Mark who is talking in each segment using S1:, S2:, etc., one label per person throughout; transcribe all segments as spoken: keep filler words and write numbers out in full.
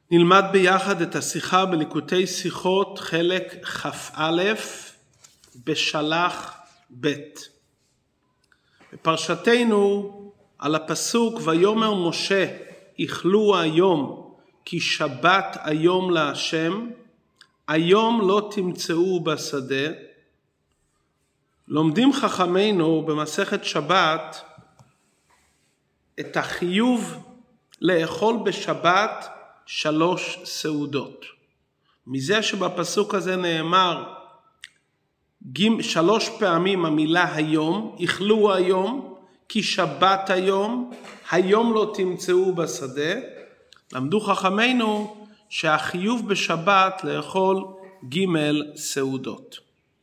S1: נלמד ביחד את השיחה בליקוטי שיחות חלק כ"א בשלח ב'. בפרשתנו על הפסוק ויאמר משה איכלו היום כי שבת היום להשם, היום לא תמצאו בשדה. לומדים חכמינו במסכת שבת את החיוב לאכול בשבת שלוש סעודות. מזה שבפסוק הזה נאמר שלוש פעמים המילה היום, איכלו היום כי שבת היום, היום לא תמצאו בשדה, למדו חכמינו שהחיוב בשבת לאכול ג' סעודות.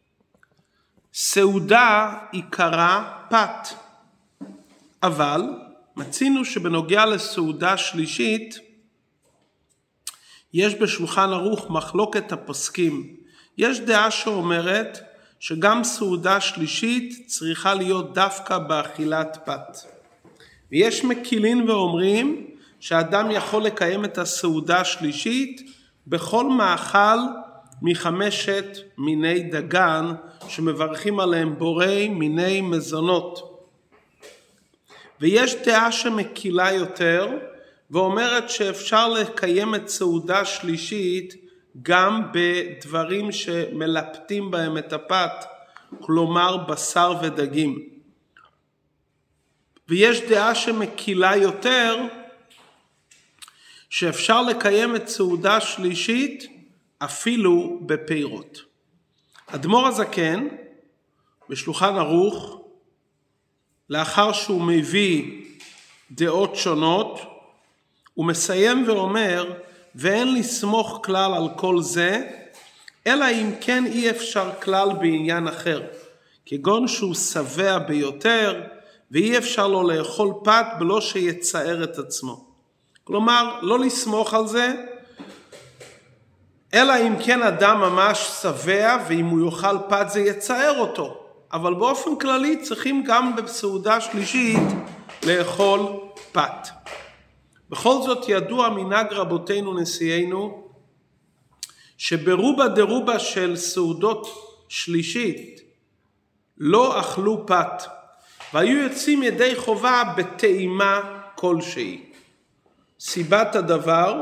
S1: סעודה עיקרה פת, אבל מצינו שבנוגע לסעודה שלישית יש בשולחן ערוך מחלוקת הפוסקים. יש דעה שאומרת שגם סעודה שלישית צריכה להיות דווקא באכילת פת. ויש מקילין ואומרים שאדם יכול לקיים את הסעודה השלישית בכל מאכל מחמשת מיני דגן שמברכים עליהם בורי מיני מזונות. ויש דעה שמקילה יותר ואומרת שאפשר לקיים את סעודה שלישית גם בדברים שמלפתים בהם את הפת, כלומר בשר ודגים. ויש דעה שמקילה יותר שאפשר לקיים את סעודה שלישית אפילו בפירות. אדמו"ר הזקן בשולחן ערוך, לאחר שהוא מביא דעות שונות, הוא מסיים ואומר ואין לסמוך כלל על כל זה, אלא אם כן אי אפשר כלל בעניין אחר, כגון שהוא שבע ביותר ואי אפשר לו לאכול פת בלא שיצער את עצמו. כלומר, לא לסמוך על זה, אלא אם כן אדם ממש שבע ואם הוא יאכל פת זה יצער אותו. אבל באופן כללי צריכים גם בסעודה שלישית לאכול פת. בכל זאת ידוע מנהג רבותינו נשיאנו שברובה דרובה של סעודות שלישית לא אכלו פת והיו יוצאים ידי חובה בטעימה כלשהי. סיבת הדבר,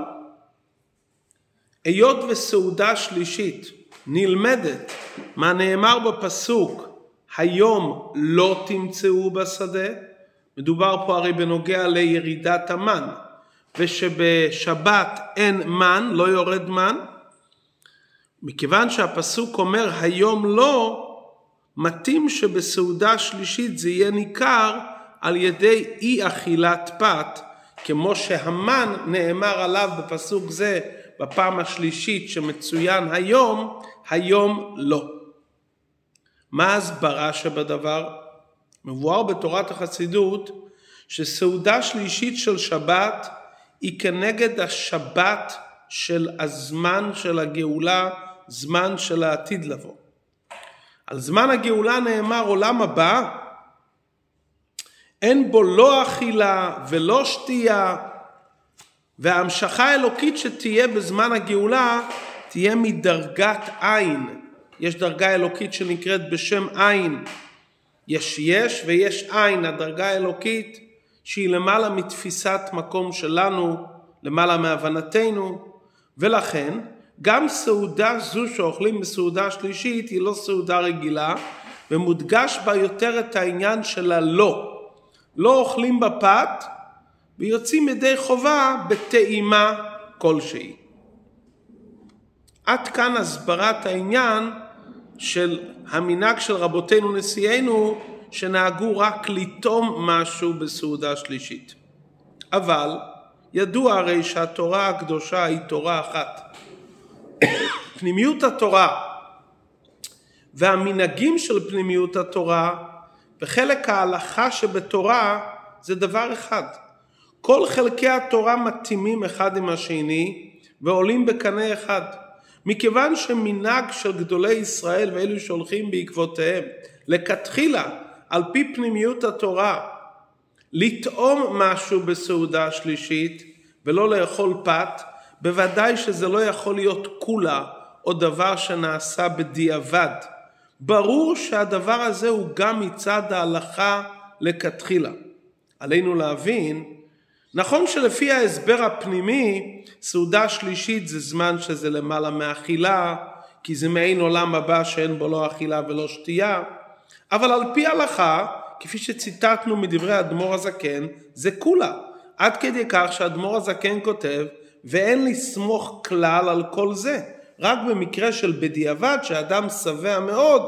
S1: היות וסעודה שלישית נלמדת מה נאמר בפסוק היום לא תמצאו בשדה, מדובר פה הרי בנוגע לירידת המן, ושבשבת אין מן, לא יורד מן, מכיוון שהפסוק אומר היום לא, מתאים שבסעודה שלישית זה יהיה ניכר על ידי אי אכילת פת, כמו שהמן נאמר עליו בפסוק זה בפעם השלישית שמצוין היום, היום לא. מה ההסברה שבדבר? מבואר בתורת החסידות שסעודה שלישית של שבת היא כנגד השבת של הזמן של הגאולה, זמן של העתיד לבוא. על זמן הגאולה נאמר עולם הבא, אין בו לא אכילה ולא שתייה, וההמשכה האלוקית שתהיה בזמן הגאולה תהיה מדרגת עין. יש דרגה אלוקית שנקראת בשם עין. יש יש ויש עין, הדרגה האלוקית שהיא למעלה מתפיסת מקום שלנו, למעלה מהבנתנו, ולכן גם סעודה זו שאוכלים בסעודה שלישית היא לא סעודה רגילה, ומודגש בה יותר את העניין של הלא. לא אוכלים בפת ויוצאים ידי חובה בטעימה כלשהי. עד כאן הסברת העניין של המנהג של רבותינו נשיאנו שנהגו רק לטעום משהו בסעודה שלישית. אבל ידוע הרי שהתורה הקדושה היא תורה אחת. פנימיות התורה והמנהגים של פנימיות התורה וחלק ההלכה שבתורה זה דבר אחד. כל חלקי התורה מתאימים אחד עם השני ועולים בקנה אחד. מכיוון שמנהג של גדולי ישראל ואלו שהולכים בעקבותיהם לכתחילה על פי פנימיות התורה לטעום משהו בסעודה שלישית ולא לאכול פת, בוודאי שזה לא יכול להיות כולה או דבר שנעשה בדיעבד. ברור שהדבר הזה הוא גם מצד ההלכה לכתחילה. עלינו להבין, נכון שלפי ההסבר הפנימי, סעודה שלישית זה זמן שזה למעלה מאכילה, כי זה מעין עולם הבא שאין בו לא אכילה ולא שתייה, אבל על פי ההלכה, כפי שציטטנו מדברי האדמו"ר הזקן, זה כולה. עד כדי כך שהאדמו"ר הזקן כותב, ואין לסמוך כלל על כל זה. רק במקרה של בדיעבד, שאדם שבע מאוד.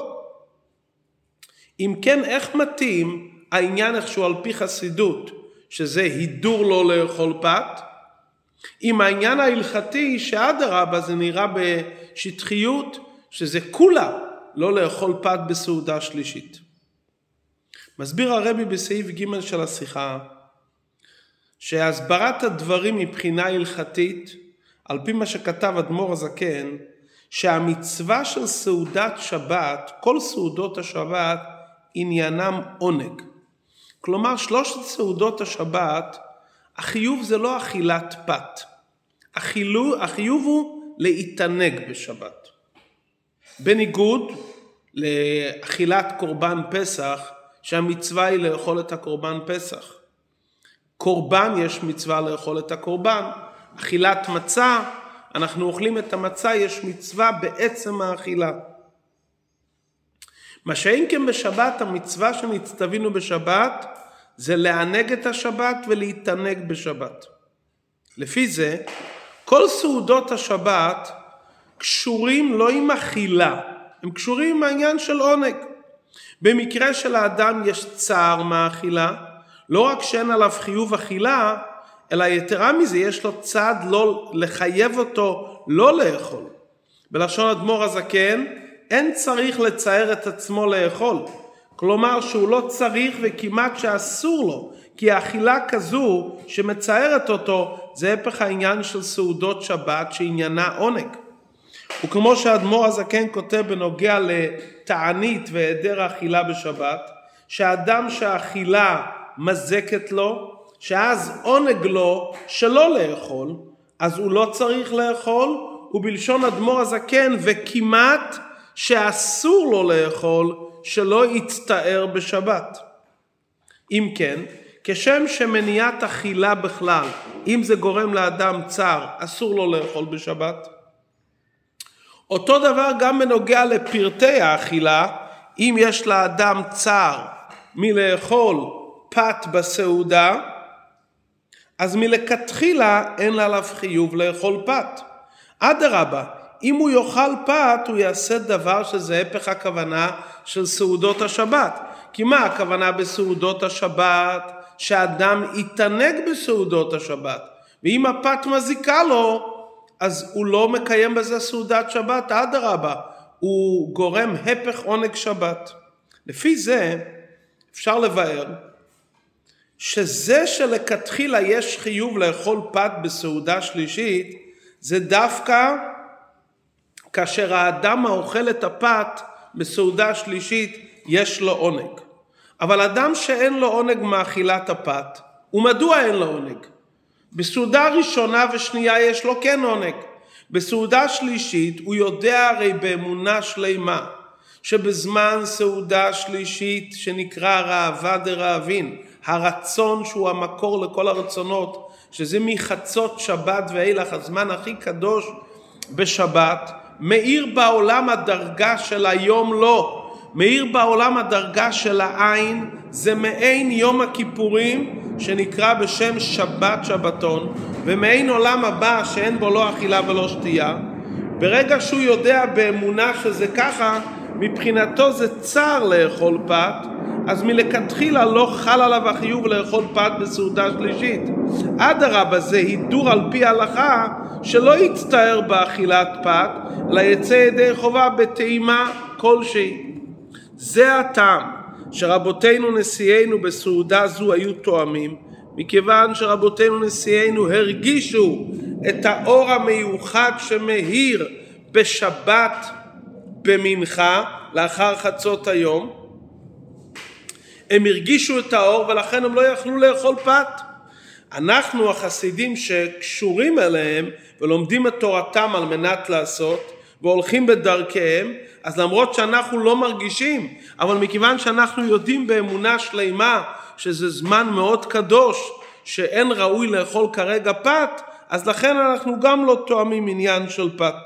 S1: אם כן, איך מתאים העניין איכשהו על פי חסידות, שזה הידור לא לאכול פת? עם העניין ההלכתי, שאדרבה זה נראה בשטחיות, שזה כולה לא לאכול פת בסעודה שלישית. מסביר הרבי בסעיף ג' של השיחה, שהסברת הדברים מבחינה הלכתית, על פי מה שכתב אדמו"ר הזקן, שהמצווה של סעודת שבת, כל סעודות השבת, עניינם עונג. כלומר, שלושת סעודות השבת, החיוב זה לא אכילת פת. החילו, החיוב הוא להתענג בשבת. בניגוד לאכילת קורבן פסח, שהמצווה היא לאכול את הקורבן פסח. קורבן יש מצווה לאכול את הקורבן. אכילת מצה, אנחנו אוכלים את המצה, יש מצווה בעצם האכילה. מה שאין כן בשבת, המצווה שנצטווינו בשבת, זה לענג את השבת ולהתענג בשבת. לפי זה, כל סעודות השבת קשורים לא עם אכילה, הם קשורים עם העניין של עונג. במקרה של האדם יש צער מהאכילה, לא רק שאין עליו חיוב אכילה, אלא יתרה מזה יש לו צעד לא לחייב אותו לא לאכול. בלשון אדמו"ר הזקן, אין צריך לצייר את עצמו לאכול. כלומר שהוא לא צריך וכמעט שאסור לו, כי האכילה כזו שמציירת אותו, זה הפך העניין של סעודות שבת שעניינה עונג. וכמו שהאדמו"ר הזקן כותב בנוגע לתענית והיעדר האכילה בשבת, שהאדם שהאכילה מזקת לו, שאז עונג לו שלא לאכול, אז הוא לא צריך לאכול, ובלשון אדמו"ר הזקן וכמעט שאסור לו לאכול, שלא יצטער בשבת. אם כן, כשם שמניעת אכילה בכלל, אם זה גורם לאדם צער, אסור לו לאכול בשבת. אותו דבר גם בנוגע לפרטי האכילה, אם יש לאדם צער מלאכול פת בסעודה, אז מלכתחילה אין עליו חיוב לאכול פת. אדרבה, אם הוא יאכל פת, הוא יעשה דבר שזה הפך הכוונה של סעודות השבת. כי מה הכוונה בסעודות השבת? שאדם יתענג בסעודות השבת. ואם הפת מזיקה לו, אז הוא לא מקיים בזה סעודת שבת. אדרבה, הוא גורם הפך עונג שבת. לפי זה אפשר לבאר שזה שלכתחילה יש חיוב לאכול פת בסעודה שלישית, זה דווקא כאשר האדם האוכל את הפת בסעודה שלישית יש לו עונג. אבל אדם שאין לו עונג מאכילת הפת, ומדוע אין לו עונג? בסעודה ראשונה ושנייה יש לו כן עונג. בסעודה שלישית הוא יודע הרי באמונה שלמה, שבזמן סעודה שלישית שנקרא ראווה דרעבין, הרצון שהוא המקור לכל הרצונות, שזה מחצות שבת ואילך, הזמן הכי קדוש בשבת, מאיר בעולם הדרגה של היום לא, מאיר בעולם הדרגה של העין, זה מעין יום הכיפורים שנקרא בשם שבת שבתון, ומעין עולם הבא שאין בו לא אכילה ולא שתייה. ברגע שהוא יודע באמונה שזה ככה, מבחינתו זה צער לאכול פת, אז מלכתחילה לא חל עליו החיוב לאכול פת בסעודה שלישית. אדרבה, זה הידור על פי ההלכה שלא יצטער באכילת פת, אלא יצא ידי חובה בטעימה כלשהי. זה הטעם שרבותינו נשיאינו בסעודה זו היו תואמים, מכיוון שרבותינו נשיאינו הרגישו את האור המיוחד שמאיר בשבת במנחה לאחר חצות היום. הם הרגישו את האור ולכן הם לא יכלו לאכול פת. אנחנו החסידים שקשורים אליהם ולומדים את תורתם על מנת לעשות והולכים בדרכיהם, אז למרות שאנחנו לא מרגישים, אבל מכיוון שאנחנו יודעים באמונה שלמה שזה זמן מאוד קדוש, שאין ראוי לאכול כרגע פת, אז לכן אנחנו גם לא תואמים עניין של פת.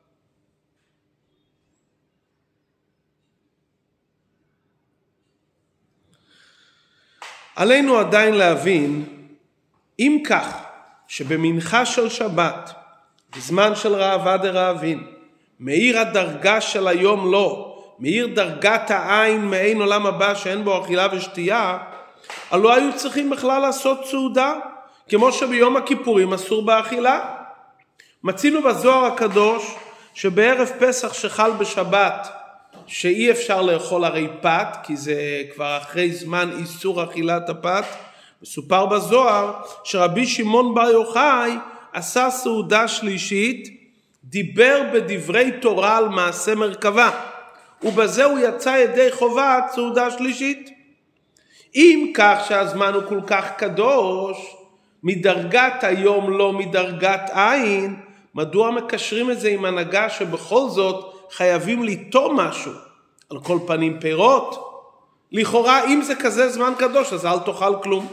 S1: עלינו עדיין להבין, אם כך, שבמנחה של שבת, בזמן של ראווה דרעבין, מאיר הדרגה של היום לא, מאיר דרגת העין מעין עולם הבא שאין בו אכילה ושתייה, הלא היו צריכים בכלל לעשות סעודה, כמו שביום הכיפורים אסור באכילה. מצינו בזוהר הקדוש שבערב פסח שחל בשבת, שאי אפשר לאכול הרי פת, כי זה כבר אחרי זמן איסור אכילת הפת, מסופר בזוהר שרבי שמעון בר יוחאי עשה סעודה שלישית, דיבר בדברי תורה על מעשה מרכבה, ובזה הוא יצא ידי חובת סעודה שלישית. אם כך שהזמן הוא כל כך קדוש, מדרגת היום לא מדרגת עין, מדוע מקשרים את זה עם הנהגה שבכל זאת חייבים ליטום משהו? על כל פנים פירות. לכאורה אם זה כזה זמן קדוש אז אל תאכל כלום.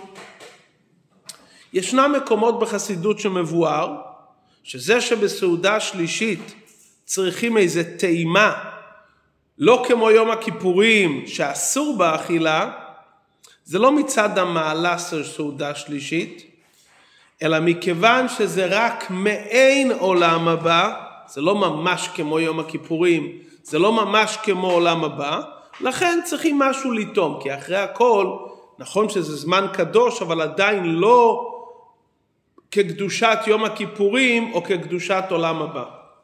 S1: ישנם מקומות בחסידות שמבואר שזה שבסעודה שלישית צריכים איזה טעימה, לא כמו יום הכיפורים שאסור באכילה, זה לא מצד המעלה של סעודה שלישית, אלא מכיוון שזה רק מעין עולם הבא, זה לא ממש כמו יום הכיפורים, זה לא ממש כמו עולם הבא, לכן צריכים משהו ליטום, כי אחרי הכל, נכון שזה זמן קדוש, אבל עדיין לא כקדושת יום הכיפורים או כקדושת עולם הבא.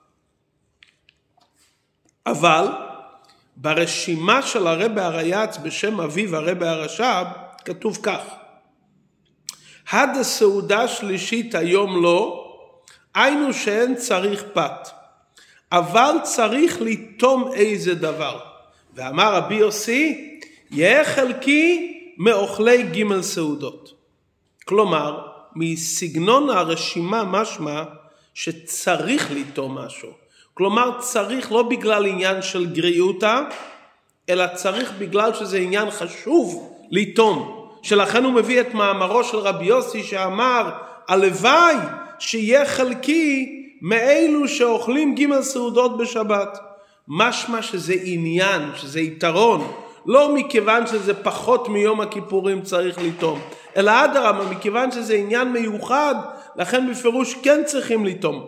S1: אבל ברשימה של הרבי הריי"צ בשם אביו הרבי הרש"ב כתוב כך: עד הסעודה שלישית היום לא, היינו שאין צריך פת, אבל צריך ליטום איזה דבר. ואמר רבי יוסי, יהיה חלקי מאוכלי ג' סעודות. כלומר, מסגנון הרשימה משמע שצריך ליטום משהו. כלומר, צריך לא בגלל עניין של גריעותה, אלא צריך בגלל שזה עניין חשוב ליטום. שלכן הוא מביא את מאמרו של רבי יוסי שאמר, הלוואי שיהיה חלקי מאלו שאוכלים ג' סעודות בשבת. משמע שזה עניין, שזה יתרון, לא מכיוון שזה פחות מיום הכיפורים צריך ליטום, אלא אדרבה, מכיוון שזה עניין מיוחד, לכן בפירוש כן צריכים ליטום.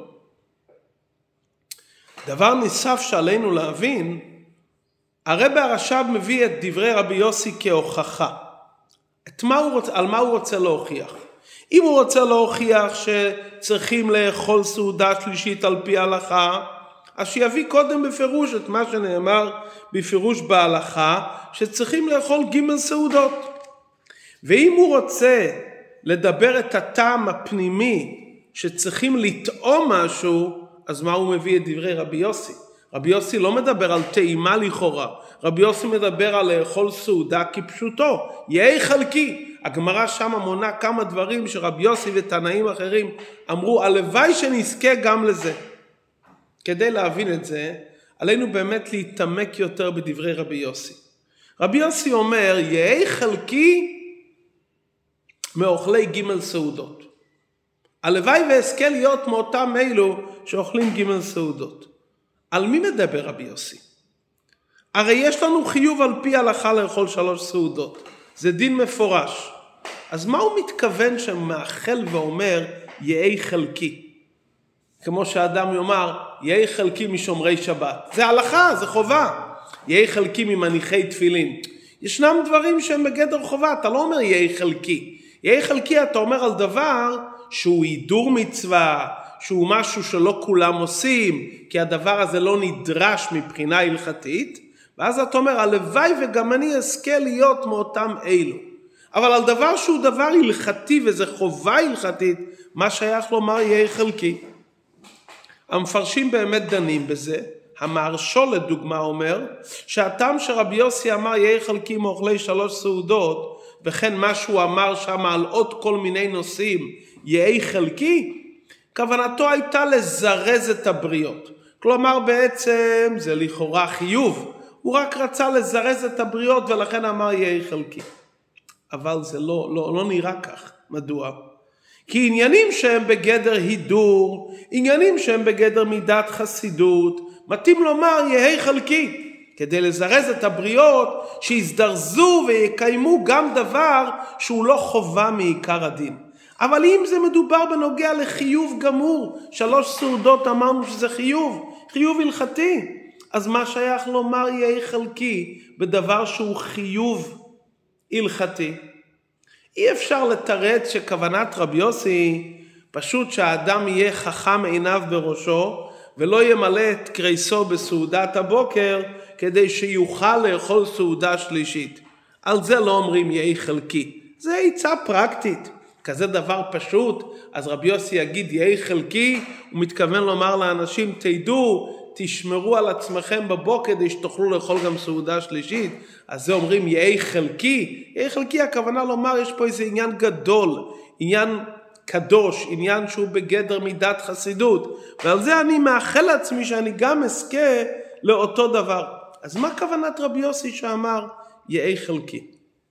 S1: דבר נוסף שעלינו להבין, הרבי הרש"ב מביא את דברי רבי יוסי כהוכחה. את מה הוא רוצה, על מה הוא רוצה להוכיח? אם הוא רוצה להוכיח שצריכים לאכול סעודה שלישית על פי ההלכה, אז שיביא קודם בפירוש את מה שנאמר בפירוש בהלכה, שצריכים לאכול ג' סעודות. ואם הוא רוצה לדבר את הטעם הפנימי שצריכים לטעום משהו, אז מה הוא מביא את דברי רבי יוסי? רבי יוסי לא מדבר על טעימה לכאורה, רבי יוסי מדבר על לאכול סעודה כפשוטו, יהי חלקי. הגמרא שם מונה כמה דברים שרבי יוסי ותנאים אחרים אמרו, הלוואי שנזכה גם לזה. כדי להבין את זה, עלינו באמת להתעמק יותר בדברי רבי יוסי. רבי יוסי אומר, יהי חלקי מאוכלי ג' סעודות. הלוואי ואזכה להיות מאותם אלו שאוכלים ג' סעודות. על מי מדבר רבי יוסי? הרי יש לנו חיוב על פי הלכה לאכול שלוש סעודות. זה דין מפורש. אז מה הוא מתכוון שמאכל ואומר יהי חלקי? כמו שאדם יאמר, יהי חלקי משומרי שבת. זה הלכה, זה חובה. יהי חלקי ממניחי תפילין. ישנם דברים שהם בגדר חובה, אתה לא אומר יהי חלקי. יהי חלקי אתה אומר על דבר שהוא הידור מצווה, שהוא משהו שלא כולם עושים, כי הדבר הזה לא נדרש מבחינה הלכתית, ואז אתה אומר, הלוואי וגם אני אזכה להיות מאותם אלו. אבל על דבר שהוא דבר הלכתי וזה חובה הלכתית, מה שייך לומר יהי חלקי? המפרשים באמת דנים בזה. המהרש"ל לדוגמה אומר, שהטעם שרבי יוסי אמר יהי חלקי מאוכלי שלוש סעודות, וכן מה שהוא אמר שם על עוד כל מיני נושאים, יהי חלקי, כוונתו הייתה לזרז את הבריות. כלומר בעצם זה לכאורה חיוב, הוא רק רצה לזרז את הבריות ולכן אמר יהי חלקי. אבל זה לא, לא, לא נראה כך. מדוע? כי עניינים שהם בגדר הידור, עניינים שהם בגדר מידת חסידות, מתאים לומר יהי חלקי, כדי לזרז את הבריות שיזדרזו ויקיימו גם דבר שהוא לא חובה מעיקר הדין. אבל אם זה מדובר בנוגע לחיוב גמור, שלוש סעודות אמרנו שזה חיוב, חיוב הלכתי, אז מה שייך לומר יהי חלקי בדבר שהוא חיוב הלכתי? אי אפשר לתרץ שכוונת רבי יוסי פשוט שהאדם יהיה חכם עיניו בראשו ולא ימלא את קריסו בסעודת הבוקר כדי שיוכל לאכול סעודה שלישית. על זה לא אומרים יהי חלקי. זה עצה פרקטית. כזה דבר פשוט, אז רבי יוסי יגיד יהי חלקי, הוא מתכוון לומר לאנשים תדעו, תשמרו על עצמכם בבוקר כדי שתוכלו לאכול גם סעודה שלישית. אז זה אומרים יהי חלקי. יהי חלקי הכוונה לומר יש פה איזה עניין גדול, עניין קדוש, עניין שהוא בגדר מידת חסידות. ועל זה אני מאחל לעצמי שאני גם אזכה לאותו דבר. אז מה כוונת רבי יוסי שאמר יהי חלקי?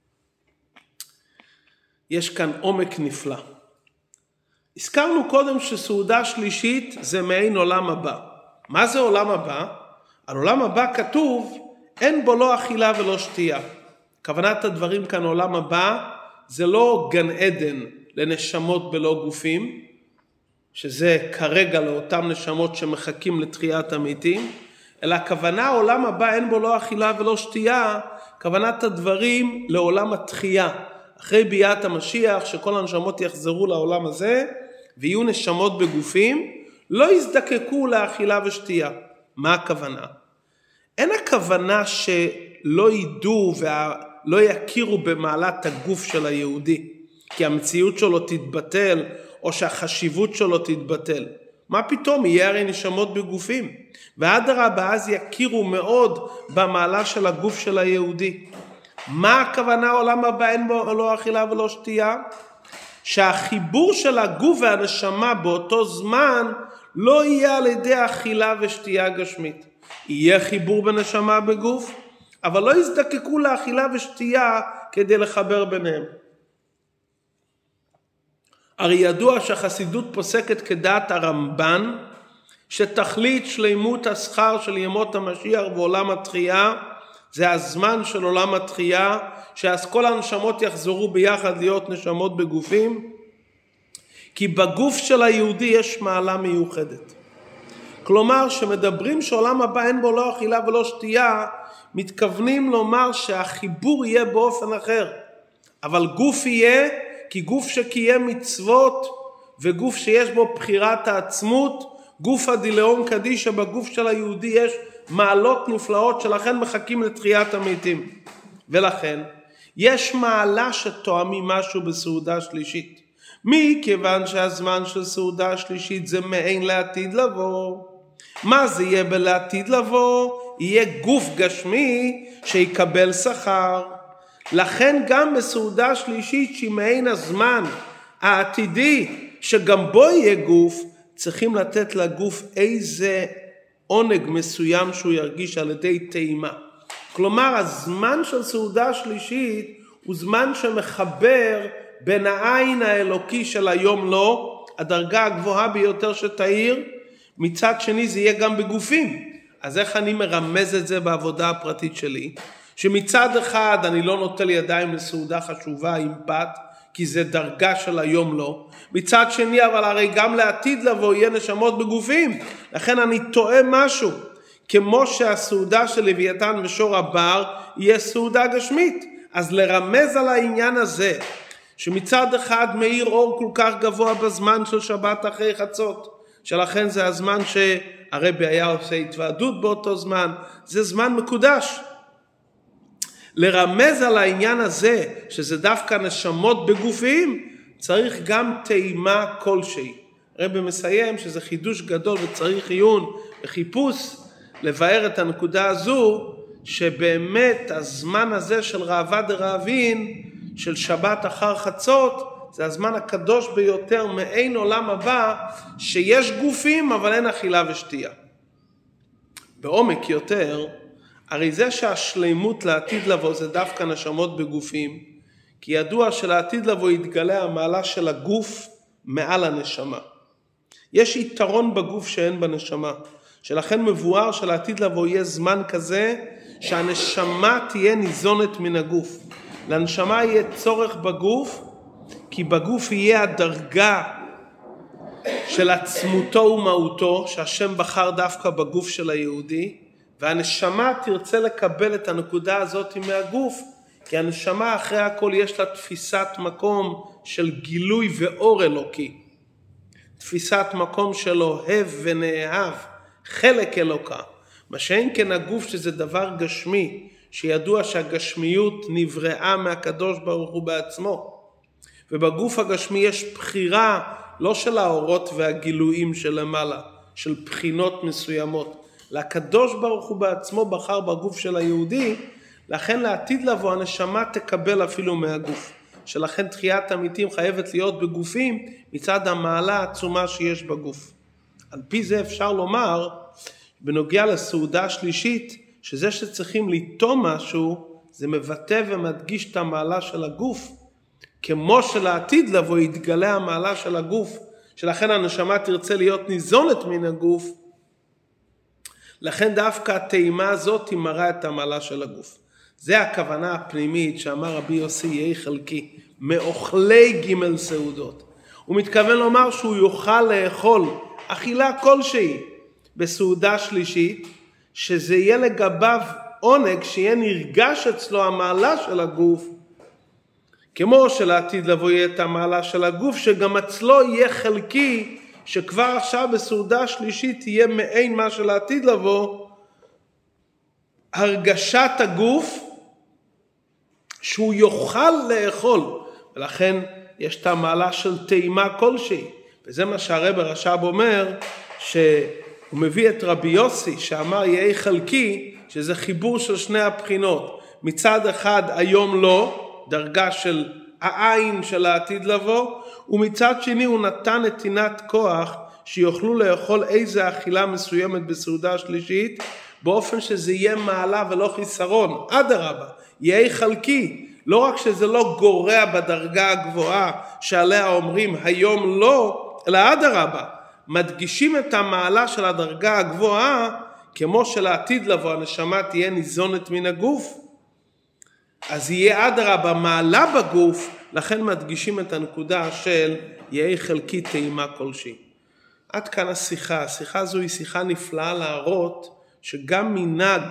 S1: יש כאן עומק נפלא. הזכרנו קודם שסעודה שלישית זה מעין עולם הבא. מה זה עולם הבא? על עולם הבא כתוב אין בו לא אכילה ולא שתייה. כוונת הדברים כאן עולם הבא זה לא גן עדן לנשמות בלא גופים, שזה כרגע לאותם נשמות שמחכים לתחיית המתים, אלא הכוונה עולם הבא אין בו לא אכילה ולא שתייה, כוונת הדברים לעולם התחייה. אחרי ביאת המשיח שכל הנשמות יחזרו לעולם הזה ויהיו נשמות בגופים, לא יזדקקו לאכילה ושתייה. מה הכוונה? אין הכוונה שלא ידעו ולא יכירו במעלת הגוף של היהודי, כי המציאות שלו תתבטל או שהחשיבות שלו תתבטל. מה פתאום? יהיה הרי נשמות בגופים. ואדרבה אז יכירו מאוד במעלה של הגוף של היהודי. מה הכוונה עולם הבא אין בו לא אכילה ולא שתייה? שהחיבור של הגוף והנשמה באותו זמן לא יהיה על ידי אכילה ושתייה גשמית. יהיה חיבור בנשמה בגוף, אבל לא יזדקקו לאכילה ושתייה כדי לחבר ביניהם. הרי ידוע שהחסידות פוסקת כדעת הרמב"ן, שתכלית שלימות השכר של ימות המשיח ועולם התחייה, זה הזמן של עולם התחייה, שאז כל הנשמות יחזרו ביחד להיות נשמות בגופים, כי בגוף של היהודי יש מעלה מיוחדת. כלומר, שמדברים שעולם הבא אין בו לא אכילה ולא שתייה, מתכוונים לומר שהחיבור יהיה באופן אחר. אבל גוף יהיה, כי גוף שקיים מצוות, וגוף שיש בו בחירת העצמות, גוף הדילאון קדישא בגוף של היהודי יש מעלות נפלאות שלכן מחכים לתחיית המתים. ולכן יש מעלה שתואמים משהו בסעודה שלישית. מכיוון שהזמן של סעודה שלישית זה מעין לעתיד לבוא. מה זה יהיה בלעתיד לבוא? יהיה גוף גשמי שיקבל שכר. לכן גם בסעודה שלישית שהיא מעין הזמן העתידי שגם בו יהיה גוף, צריכים לתת לגוף איזה עונג מסוים שהוא ירגיש על ידי טעימה. כלומר, הזמן של סעודה שלישית הוא זמן שמחבר בין העין האלוקי של היום לא, הדרגה הגבוהה ביותר שתאיר, מצד שני זה יהיה גם בגופים. אז איך אני מרמז את זה בעבודה הפרטית שלי? שמצד אחד אני לא נוטל ידיים לסעודה חשובה עם פת, כי זה דרגה של היום לא. מצד שני, אבל הרי גם לעתיד לבוא יהיה נשמות בגופים. לכן אני טועה משהו. כמו שהסעודה של לוויתן ושור הבר יהיה סעודה גשמית. אז לרמז על העניין הזה, שמצד אחד מאיר אור כל כך גבוה בזמן של שבת אחרי חצות, שלכן זה הזמן שהרבי היה עושה התוועדות באותו זמן, זה זמן מקודש. לרמז על העניין הזה, שזה דווקא נשמות בגופים, צריך גם טעימה כלשהי. הרבי מסיים שזה חידוש גדול וצריך עיון וחיפוש לבאר את הנקודה הזו, שבאמת הזמן הזה של ראווה דרעבין, של שבת אחר חצות, זה הזמן הקדוש ביותר מעין עולם הבא, שיש גופים אבל אין אכילה ושתייה. בעומק יותר, הרי זה שהשלימות לעתיד לבוא זה דווקא נשמות בגופים, כי ידוע שלעתיד לבוא יתגלה המעלה של הגוף מעל הנשמה. יש יתרון בגוף שאין בנשמה, שלכן מבואר שלעתיד לבוא יהיה זמן כזה שהנשמה תהיה ניזונת מן הגוף. לנשמה יהיה צורך בגוף, כי בגוף יהיה הדרגה של עצמותו ומהותו, שהשם בחר דווקא בגוף של היהודי, והנשמה תרצה לקבל את הנקודה הזאת מהגוף, כי הנשמה אחרי הכל יש לה תפיסת מקום של גילוי ואור אלוקי. תפיסת מקום של אוהב ונאהב, חלק אלוקה. מה שאין כן הגוף שזה דבר גשמי, שידוע שהגשמיות נבראה מהקדוש ברוך הוא בעצמו. ובגוף הגשמי יש בחירה לא של האורות והגילויים שלמעלה, של בחינות מסוימות. לקדוש ברוך הוא בעצמו בחר בגוף של היהודי, לכן לעתיד לבוא הנשמה תקבל אפילו מהגוף. שלכן תחיית המתים חייבת להיות בגופים מצד המעלה העצומה שיש בגוף. על פי זה אפשר לומר, בנוגע לסעודה השלישית, שזה שצריכים ליטום משהו, זה מבטא ומדגיש את המעלה של הגוף, כמו שלעתיד לבוא יתגלה המעלה של הגוף, שלכן הנשמה תרצה להיות ניזונת מן הגוף, לכן דווקא הטעימה הזאת היא מראה את המעלה של הגוף. זה הכוונה הפנימית שאמר רבי יוסי יהי חלקי, מאוכלי ג' סעודות. הוא מתכוון לומר שהוא יוכל לאכול אכילה כלשהי בסעודה שלישית, שזה יהיה לגביו עונג, שיהיה נרגש אצלו המעלה של הגוף, כמו שלעתיד לבוא יהיה את המעלה של הגוף, שגם אצלו יהיה חלקי, שכבר עכשיו בסעודה שלישית יהיה מעין מה שלעתיד לבוא, הרגשת הגוף, שהוא יוכל לאכול, ולכן יש את המעלה של טעימה כלשהי, וזה מה שהרב הרש"ב אומר, שהוא מביא את רבי יוסי, שאמר יהי חלקי, שזה חיבור של שני הבחינות, מצד אחד היום לא, דרגה של העין של העתיד לבוא, ומצד שני הוא נתן נתינת כוח, שיוכלו לאכול איזה אכילה מסוימת בסעודה שלישית, באופן שזה יהיה מעלה ולא חיסרון, אדרבה, יהי חלקי, לא רק שזה לא גורע בדרגה הגבוהה שעליה אומרים היום לא, אלא אדרבה, מדגישים את המעלה של הדרגה הגבוהה, כמו שלעתיד לבוא הנשמה תהיה ניזונת מן הגוף, אז יהיה אדרבה מעלה בגוף, לכן מדגישים את הנקודה של יהי חלקי טעימה כלשהי. עד כאן השיחה, השיחה הזו היא שיחה נפלאה להראות, שגם מנהג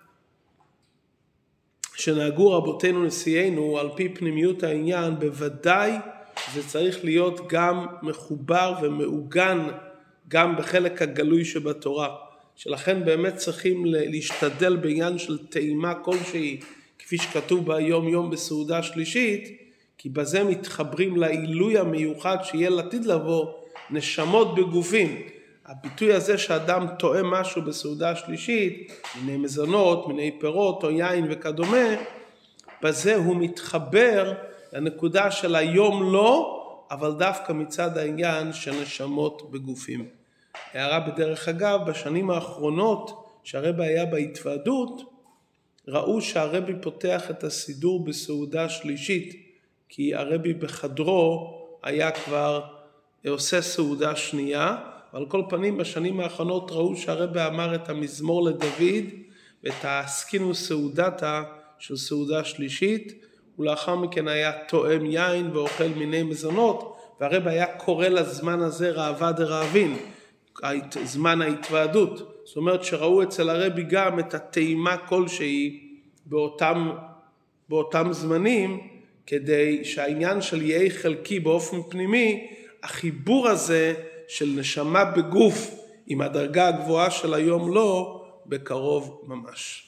S1: שנהגו רבותינו נשיאנו על פי פנימיות העניין, בוודאי זה צריך להיות גם מחובר ומעוגן גם בחלק הגלוי שבתורה, שלכן באמת צריכים להשתדל בעניין של טעימה כלשהי, כפי שכתוב ביום יום בסעודה שלישית, כי בזה מתחברים לעילוי המיוחד שיהיה לעתיד לבוא נשמות בגופים. הביטוי הזה שאדם טועה משהו בסעודה שלישית, מיני מזונות, מיני פירות או יין וכדומה, בזה הוא מתחבר לנקודה של היום לא, אבל דווקא מצד העניין של נשמות בגופים. הערה בדרך אגב, בשנים האחרונות שהרבי היה בהתוועדות, ראו שהרבי פותח את הסידור בסעודה שלישית, כי הרבי בחדרו היה כבר עושה סעודה שנייה, ועל כל פנים בשנים האחרונות ראו שהרבי אמר את המזמור לדוד, ואת העסקינו סעודתה של סעודה שלישית, ולאחר מכן היה תואם יין ואוכל מיני מזונות, והרבי היה קורא לזמן הזה ראווה דרעבין, זמן ההתוועדות. זאת אומרת שראו אצל הרבי גם את הטעימה כלשהי באותם, באותם זמנים, כדי שהעניין של יהי חלקי באופן פנימי, החיבור הזה של נשמה בגוף עם הדרגה הגבוהה של היום לא, בקרוב ממש.